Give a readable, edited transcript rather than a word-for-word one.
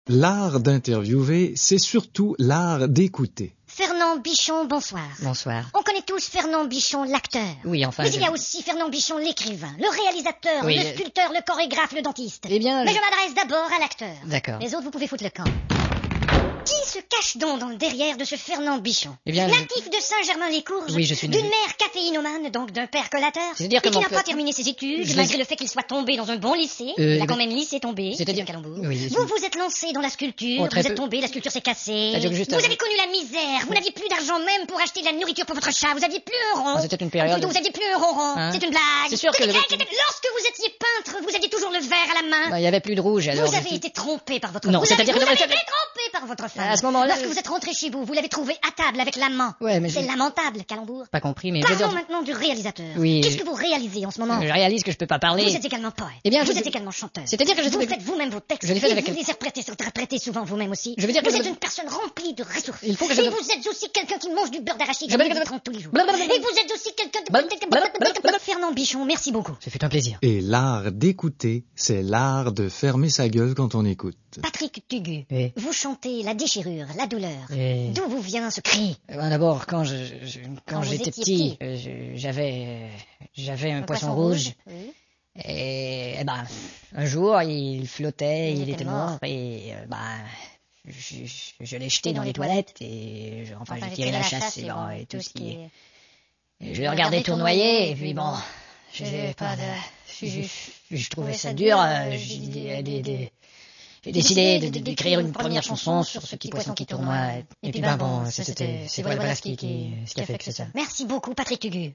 L'art d'interviewer, c'est surtout l'art d'écouter. Fernand Bichon, bonsoir. Bonsoir. On connaît tous Fernand Bichon, l'acteur. Oui, enfin... Mais il y a aussi Fernand Bichon, l'écrivain, le réalisateur, Oui, le sculpteur, le chorégraphe, le dentiste. Eh bien... Mais je m'adresse d'abord à l'acteur. D'accord. Les autres, vous pouvez foutre le camp. Qui se cache donc dans le derrière de ce Fernand Bichon? Eh bien, natif de Saint-Germain-les-Courges. Oui, je suis d'une mère caféinomane, donc d'un père collateur. C'est-à-dire que et qui mon n'a père- pas terminé ses études, Je- malgré le fait qu'il soit tombé dans un bon lycée. Il a quand même lycée tombé. C'est-à-dire- calembour. Oui, Vous vous êtes lancé dans la sculpture, Oh, très vous êtes peu. tombé, la sculpture s'est cassée. C'est-à-dire que juste Vous avant- avez connu la misère, vous n'aviez plus d'argent même pour acheter de la nourriture pour votre chat, vous aviez plus un rond. Ah, c'était une période- Plutôt, vous aviez plus un ronron. Hein? C'est une blague. C'est sûr que le- Lorsque vous étiez peintre, vous aviez toujours le verre à la main. Bah, il y avait plus de rouge, alors... Vous je avez suis- été trompé par votre Non, vous c'est-à-dire avez, que- vous avez été trompé par votre femme. À ce moment-là, Lorsque vous êtes rentré chez vous, vous l'avez trouvé à table avec l'amant. Ouais, mais C'est je- lamentable, calembour. Pas compris, mais... je veux Parlons dire- maintenant du réalisateur. Oui. Qu'est-ce que vous réalisez en ce moment? Je réalise que je peux pas parler. Vous êtes également poète. Eh bien, vous je- êtes également chanteur. C'est-à-dire que je- vous faites vous-même vos textes. Je les fais et avec- vous les interprétez souvent vous-même aussi. Je veux dire que vous je- êtes une personne remplie de ressources. Il faut que je- Et vous êtes aussi quelqu'un qui mange du beurre d'arachide Je- à 12h30 tous les jours. Blablabla. Et vous êtes aussi quelqu'un Fernand Bichon, merci beaucoup. Ce fut un plaisir. Et l'art d'écouter, c'est l'art de fermer sa gueule quand on écoute. Patrick Tugu, Oui. vous chantez la déchirure, la douleur. Et- D'où vous vient ce cri? D'abord, quand Quand vous j'étais étiez petit, j'avais un poisson rouge. Oui. Et ben, un jour, il flottait, Il il était était mort, et je l'ai jeté dans les toilettes, et j'ai tiré la chasse, et, bon, et tout ce qui est... Et je l'ai regardé tournoyer, et puis bon, je trouvais ça dur, j'ai décidé d'écrire une première chanson sur ce petit poisson qui tournoie, et puis ben bon, c'est voilà ce qui a fait que c'est ça. Merci beaucoup, Patrick Tugu.